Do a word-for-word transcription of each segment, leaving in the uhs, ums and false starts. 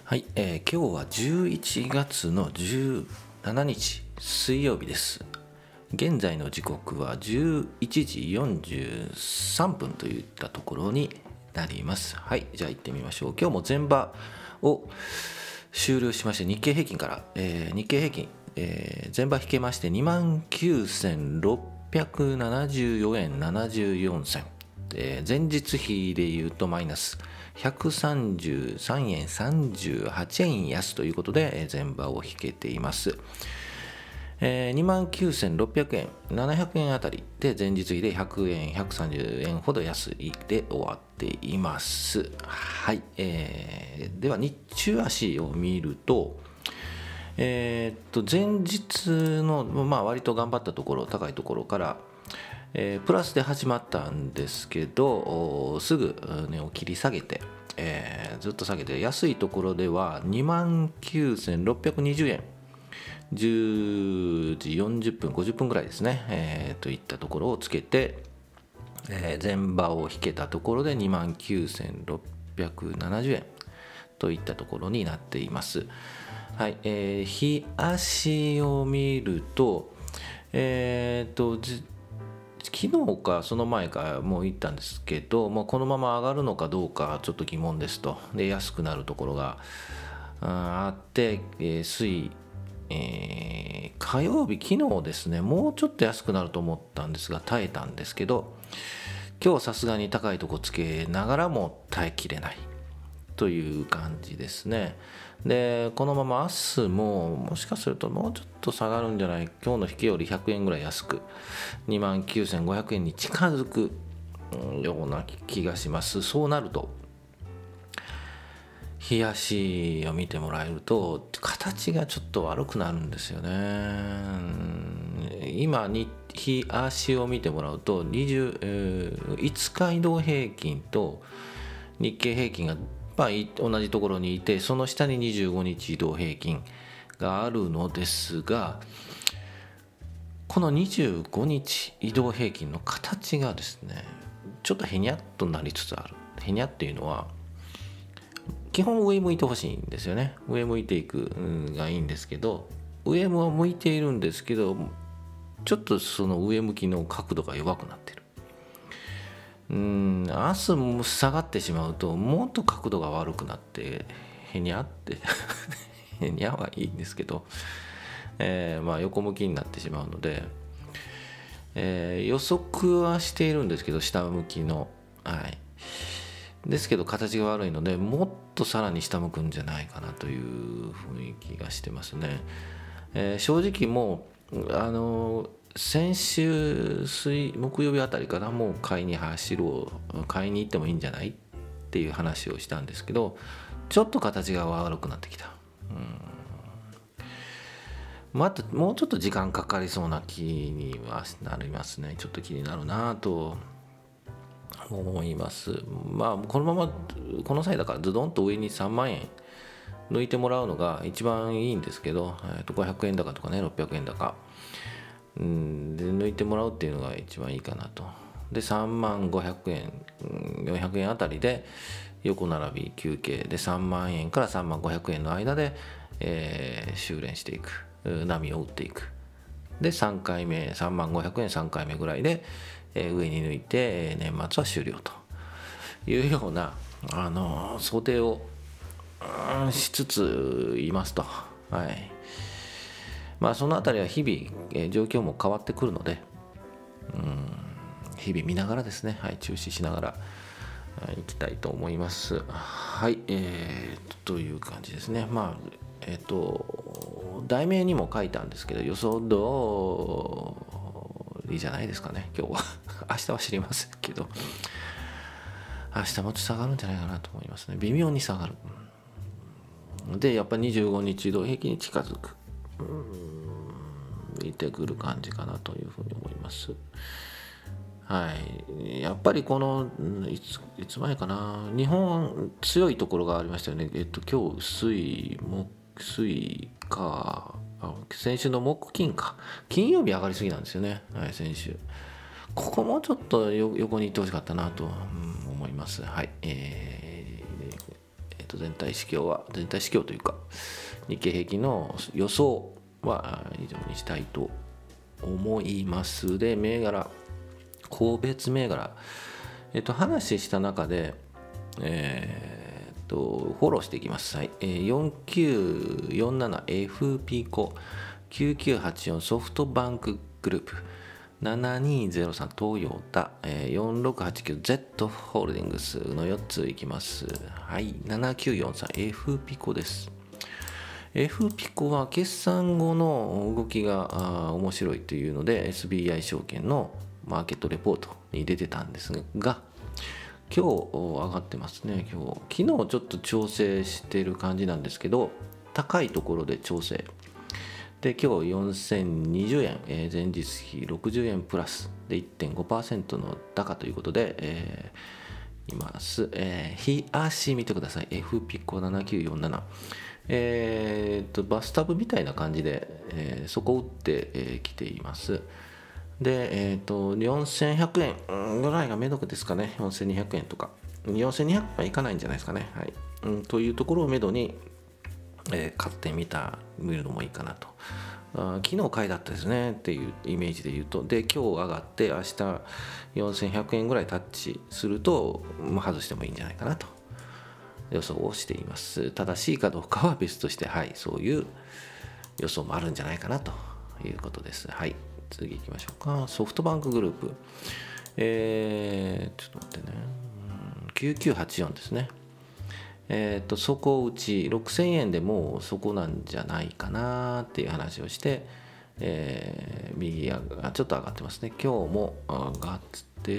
はい、えー、今日はじゅういちがつのじゅうしちにち水曜日です。現在の時刻はじゅういちじよんじゅうさんぷんといったところになります。はい、じゃあ行ってみましょう。今日も前場を終了しまして、日経平均から、えー、日経平均、えー、前場引けまして にまんきゅうせんろっぴゃくななじゅうよえんななじゅうよんせん、えー、前日比でいうとマイナスひゃくさんじゅうさんえんさんじゅうはちえん安ということで、えー、前場を引けています。えー、にまんきゅうせんろっぴゃくえんななひゃくえんあたりで前日比でひゃくえんひゃくさんじゅうえんほど安いで終わっています。はい、えー、では日中足を見ると、えー、っと前日の、まあ、割と頑張ったところ高いところから、えー、プラスで始まったんですけどすぐ値を切り下げて、えー、ずっと下げて安いところでは にまんきゅうせんろっぴゃくにじゅうえんじゅうじよんじゅっぷんごじゅっぷんぐらいですね、えー、といったところをつけて、えー、前場を引けたところで にまんきゅうせんろっぴゃくななじゅうえんといったところになっています。はい、えー、日足を見ると、えー、と昨日かその前かもう言ったんですけど、もうこのまま上がるのかどうかちょっと疑問ですと。で安くなるところがあって、えー、水えー、火曜日昨日ですね、もうちょっと安くなると思ったんですが耐えたんですけど、今日さすがに高いとこつけながらも耐えきれないという感じですね。でこのまま明日ももしかするともうちょっと下がるんじゃない、今日の引けよりひゃくえんぐらい安く にまんきゅうせんごひゃくえんに近づくような気がします。そうなると日足を見てもらえると形がちょっと悪くなるんですよね。今に日足を見てもらうとにじゅう、えー、いつか移動平均と日経平均が、まあ、同じところにいて、その下ににじゅうごにち移動平均があるのですが、このにじゅうごにち移動平均の形がですねちょっとへにゃっとなりつつある。へにゃっていうのは基本上向いてほしいんですよね。上向いていくがいいんですけど、上も向いているんですけど、ちょっとその上向きの角度が弱くなってる。うーん明日も下がってしまうともっと角度が悪くなってへにゃってへにゃはいいんですけど、えー、まあ横向きになってしまうので、えー、予測はしているんですけど下向きの、はいですけど形が悪いので、もっとさらに下向くんじゃないかなという雰囲気がしてますね。えー、正直もうあの先週水木曜日あたりからもう買いに走ろう買いに行ってもいいんじゃないっていう話をしたんですけど、ちょっと形が悪くなってきた。うん、またもうちょっと時間かかりそうな気にはなりますね。ちょっと気になるなと思います。まあこのままこの際だからズドンと上にさんまんえん抜いてもらうのが一番いいんですけど、えー、とごひゃくえん高とかねろっぴゃくえん高、うん、で抜いてもらうっていうのが一番いいかなと。でさんまんごひゃくえんよんひゃくえんあたりで横並び休憩でさんまんえんからさんまんごひゃくえんの間で、えー、修練していく、波を打っていく。でさんかいめさんまんごひゃくえんさんかいめぐらいで上に抜いて年末は終了というようなあの想定をしつついますと。はい、まあそのあたりは日々状況も変わってくるので、うん日々見ながらですね、はい、注視しながらいきたいと思います。はい、えー、という感じですね。まあえっ、ー、と題名にも書いたんですけど予想通りじゃないですかね今日は明日は知りませんけど、明日もっと下がるんじゃないかなと思いますね。微妙に下がる。でやっぱりにじゅうごにち移動平均に近づく、見てくる感じかなというふうに思います。はい、やっぱりこのいつ、いつ前かな、日本強いところがありましたよね。えっと今日水木水か先週の木金か金曜日上がりすぎなんですよね。はい、先週ここもちょっと横に行ってほしかったなと思います。はい、えー、 と全体指標は全体指標というか日経平均の予想は以上にしたいと思いますで、銘柄個別銘柄、えっと話した中で、えー、っとフォローしていきます。はい、よんきゅうよんなな エフピー コきゅうきゅうはちよんソフトバンクグループ、ななにゼロさんトヨタ、よんろくはちきゅうゼット ホールディングスのよっついきます。はい、ななきゅうよんさん エフピー コです。エフピー コは決算後の動きが面白いというので エスビーアイ 証券のマーケットレポートに出てたんですが、今日上がってますね。今日昨日ちょっと調整してる感じなんですけど、高いところで調整で今日よんせんにじゅうえん、えー、前日比ろくじゅうえんプラスで いってんごパーセント の高ということで、えー、います。えー、日足見てください。 エフピー コななきゅうよんなな、えー、とバスタブみたいな感じで、えー、そこを打ってき、えー、ています。で、えー、とよんせんひゃくえんぐらいが目処ですかね。よんせんにひゃくえんとかよんせんにひゃくえんはいかないんじゃないですかね。はい、うん、というところを目処にえー、買ってみた見るのもいいかなと。あ昨日買いだったですねっていうイメージで言うと、で今日上がって明日よんせんひゃくえんぐらいタッチすると、まあ、外してもいいんじゃないかなと予想をしています。正しいかどうかは別として、はい、そういう予想もあるんじゃないかなということです。はい、次行きましょうか。ソフトバンクグループ、えー、ちょっと待ってね、きゅうきゅうはちよんですね。えー、と底打ちろくせんえんでもうそこなんじゃないかなっていう話をして、えー、右がちょっと上がってますね。今日も上がって、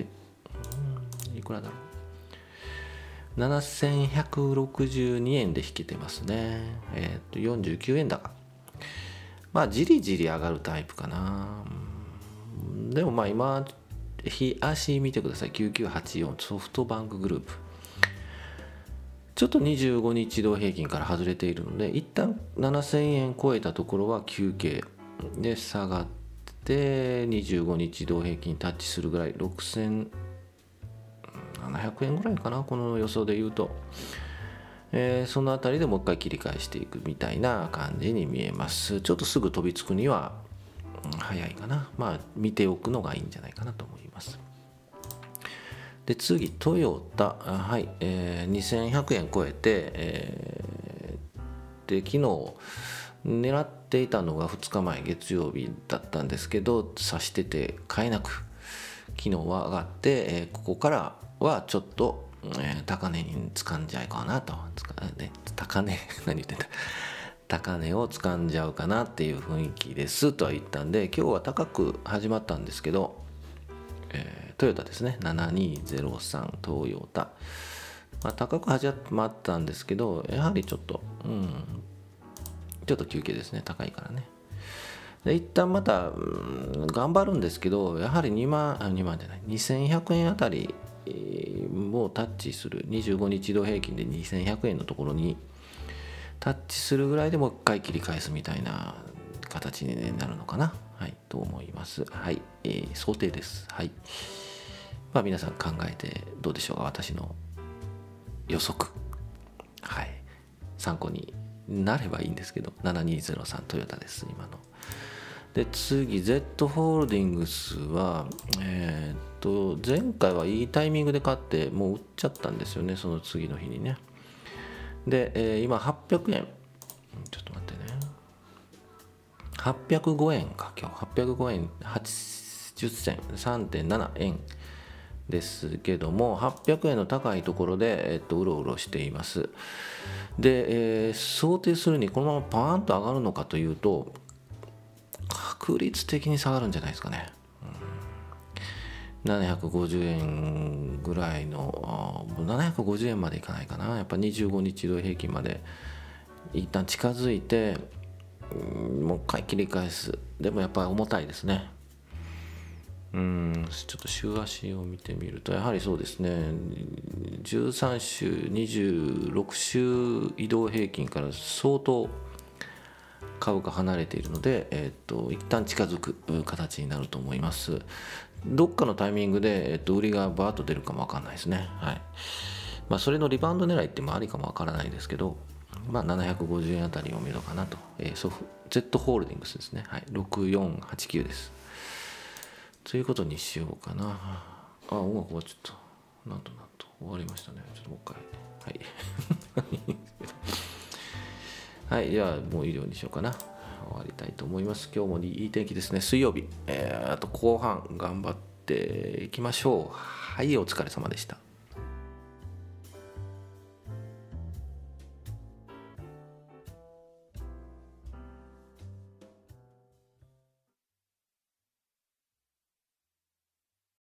うん、いくらだろう、ななせんひゃくろくじゅうにえんで引けてますね。えー、とよんじゅうきゅうえん高、まあじりじり上がるタイプかな。でもまあ今日足見てください。きゅうきゅうはちよんソフトバンクグループ、ちょっとにじゅうごにち移動平均から外れているので、一旦ななせんえん超えたところは休憩で下がってにじゅうごにち移動平均タッチするぐらいろくせんななひゃくえんぐらいかな、この予想で言うと、えー、そのあたりでもう一回切り返していくみたいな感じに見えます。ちょっとすぐ飛びつくには早いかな。まあ見ておくのがいいんじゃないかなと思います。で次トヨタ、はい、えー、にせんひゃくえん超えて、えー、で昨日狙っていたのがふつかまえ月曜日だったんですけど、差してて買えなく昨日は上がって、えー、ここからはちょっと、えー、高値に掴んじゃうかなと、ね、高値何言ってんだ高値を掴んじゃうかなっていう雰囲気ですとは言ったんで、今日は高く始まったんですけど、えートヨタですね、ななにゼロさんトヨタ、まあ、高く始まったんですけど、やはりちょっと、うん、ちょっと休憩ですね、高いからね。で一旦また、うん、頑張るんですけど、やはりにまん、あ、にまんじゃない、にせんひゃくえんあたりをタッチする、にじゅうごにち移動平均でにせんひゃくえんのところにタッチするぐらいでもう一回切り返すみたいな形になるのかな、はい、と思います。はい、えー、想定です。はい。まあ皆さん考えてどうでしょうか。私の予測、はい、参考になればいいんですけど、ななにゼロさんトヨタです今の。で次 Z ホールディングスは、えー、っと前回はいいタイミングで買ってもう売っちゃったんですよね、その次の日にね。で、えー、今はっぴゃくえん、ちょっと待ってね、はっぴゃくごえんか、今日はっぴゃくごえんはちじゅっせん さんてんななえんですけども、はっぴゃくえんの高いところで、えっと、うろうろしています。で、えー、想定するにこのままパーンと上がるのかというと、確率的に下がるんじゃないですかね。うん、ななひゃくごじゅうえんぐらいの、ななひゃくごじゅうえんまでいかないかな。やっぱにじゅうごにち移動平均まで一旦近づいて、うん、もう一回切り返す。でもやっぱり重たいですね。うんちょっと週足を見てみると、やはりそうですね、じゅうさんしゅうにじゅうろくしゅう移動平均から相当株価離れているので、えっと一旦近づく形になると思います。どっかのタイミングで、えっと売りがバーッと出るかも分かんないですね。はい。 まあ、それのリバウンド狙いってもありかもわからないですけど、まあ、ななひゃくごじゅうえんあたりを見るかなと、えー、ソフ Z ホールディングスですね、はい、ろくよんはちきゅうです。ということにしようかな。あ、音楽終わっちゃった。なんとなんと終わりましたね。ちょっともう一回。はい。はい、じゃあもう以上にしようかな。終わりたいと思います。今日もいい天気ですね。水曜日、えー、あと後半頑張っていきましょう。はい、お疲れ様でした。